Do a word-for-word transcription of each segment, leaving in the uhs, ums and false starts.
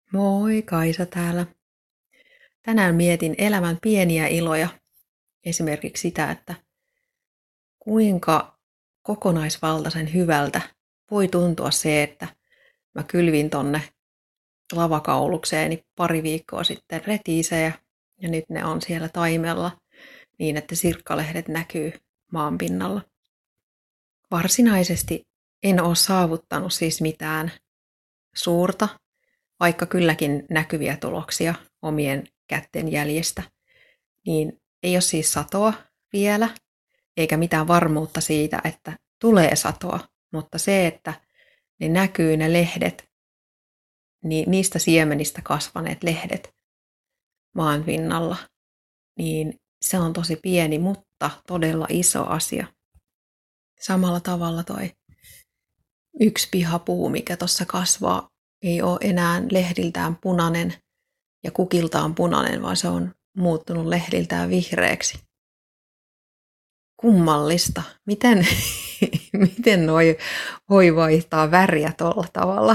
Moi, Kaisa täällä. Tänään mietin elämän pieniä iloja. Esimerkiksi sitä, että kuinka kokonaisvaltaisen hyvältä voi tuntua se, että mä kylvin tonne lavakaulukseeni pari viikkoa sitten retiisejä ja nyt ne on siellä taimella niin, että sirkkalehdet näkyy maan pinnalla. Varsinaisesti en ole saavuttanut siis mitään suurta, vaikka kylläkin näkyviä tuloksia omien kätten jäljestä, niin ei ole siis satoa vielä, eikä mitään varmuutta siitä, että tulee satoa, mutta se, että ne näkyy ne lehdet, niin niistä siemenistä kasvaneet lehdet maan pinnalla, niin se on tosi pieni, mutta todella iso asia. Samalla tavalla toi yksi pihapuu, mikä tuossa kasvaa, ei ole enää lehdiltään punainen ja kukiltaan punainen, vaan se on muuttunut lehdiltään vihreäksi. Kummallista. Miten, miten noi voi vaihtaa väriä tuolla tavalla?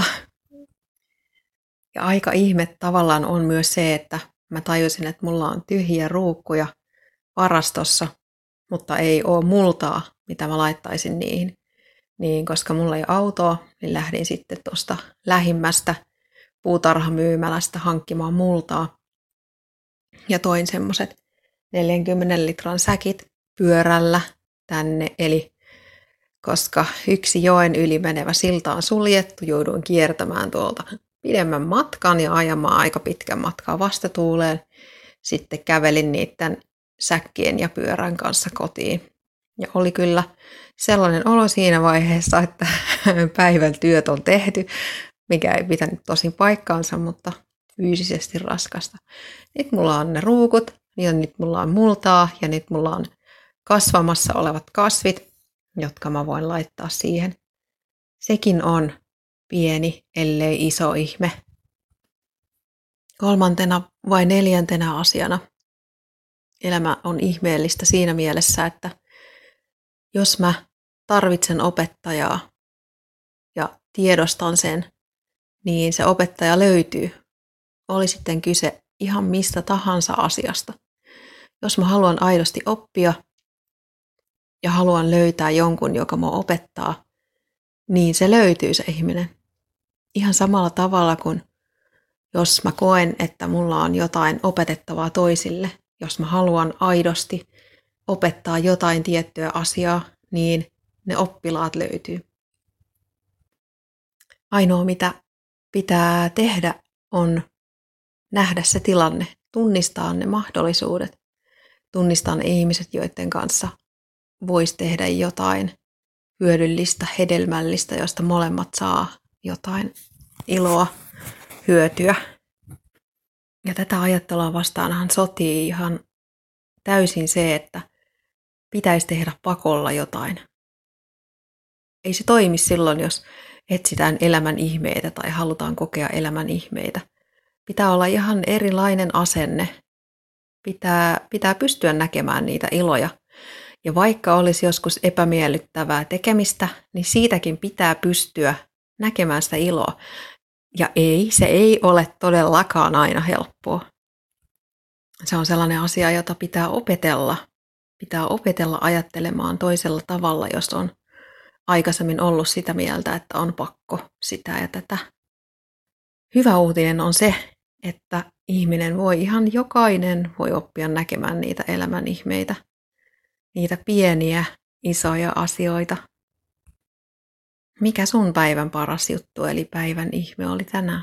Ja aika ihme tavallaan on myös se, että mä tajusin, että mulla on tyhjiä ruukkuja varastossa, mutta ei ole multaa, mitä mä laittaisin niihin. Niin koska mulla ei ole autoa, niin lähdin sitten tuosta lähimmästä puutarhamyymälästä hankkimaan multaa. Ja toin semmoset neljänkymmenen litran säkit pyörällä tänne. Eli koska yksi joen yli menevä silta on suljettu, jouduin kiertämään tuolta pidemmän matkan ja ajamaan aika pitkän matkaa vastatuuleen. Sitten kävelin niiden säkkien ja pyörän kanssa kotiin. Ja oli kyllä sellainen olo siinä vaiheessa, että päivän työt on tehty, mikä ei pitänyt tosin paikkaansa, mutta fyysisesti raskasta. Nyt mulla on ne ruukut, ja nyt mulla on multaa, ja nyt mulla on kasvamassa olevat kasvit, jotka mä voin laittaa siihen. Sekin on pieni, ellei iso ihme. Kolmantena vai neljäntenä asiana elämä on ihmeellistä siinä mielessä, että jos mä tarvitsen opettajaa ja tiedostan sen, niin se opettaja löytyy. Oli sitten kyse ihan mistä tahansa asiasta. Jos mä haluan aidosti oppia ja haluan löytää jonkun, joka mua opettaa, niin se löytyy se ihminen. Ihan samalla tavalla kuin jos mä koen, että mulla on jotain opetettavaa toisille, jos mä haluan aidosti opettaa jotain tiettyä asiaa, niin ne oppilaat löytyy. Ainoa mitä pitää tehdä on nähdä se tilanne, tunnistaa ne mahdollisuudet, tunnistaa ne ihmiset, joiden kanssa voisi tehdä jotain hyödyllistä, hedelmällistä, josta molemmat saa jotain iloa, hyötyä. Ja tätä ajattelua vastaanhan sotii ihan täysin se, että pitäisi tehdä pakolla jotain. Ei se toimi silloin, jos etsitään elämän ihmeitä tai halutaan kokea elämän ihmeitä. Pitää olla ihan erilainen asenne. Pitää, pitää pystyä näkemään niitä iloja. Ja vaikka olisi joskus epämiellyttävää tekemistä, niin siitäkin pitää pystyä näkemään sitä iloa. Ja ei, se ei ole todellakaan aina helppoa. Se on sellainen asia, jota pitää opetella. Pitää opetella ajattelemaan toisella tavalla, jos on aikaisemmin ollut sitä mieltä, että on pakko sitä ja tätä. Hyvä uutinen on se, että ihminen voi, ihan jokainen voi oppia näkemään niitä elämän ihmeitä, niitä pieniä, isoja asioita. Mikä sun päivän paras juttu eli päivän ihme oli tänään?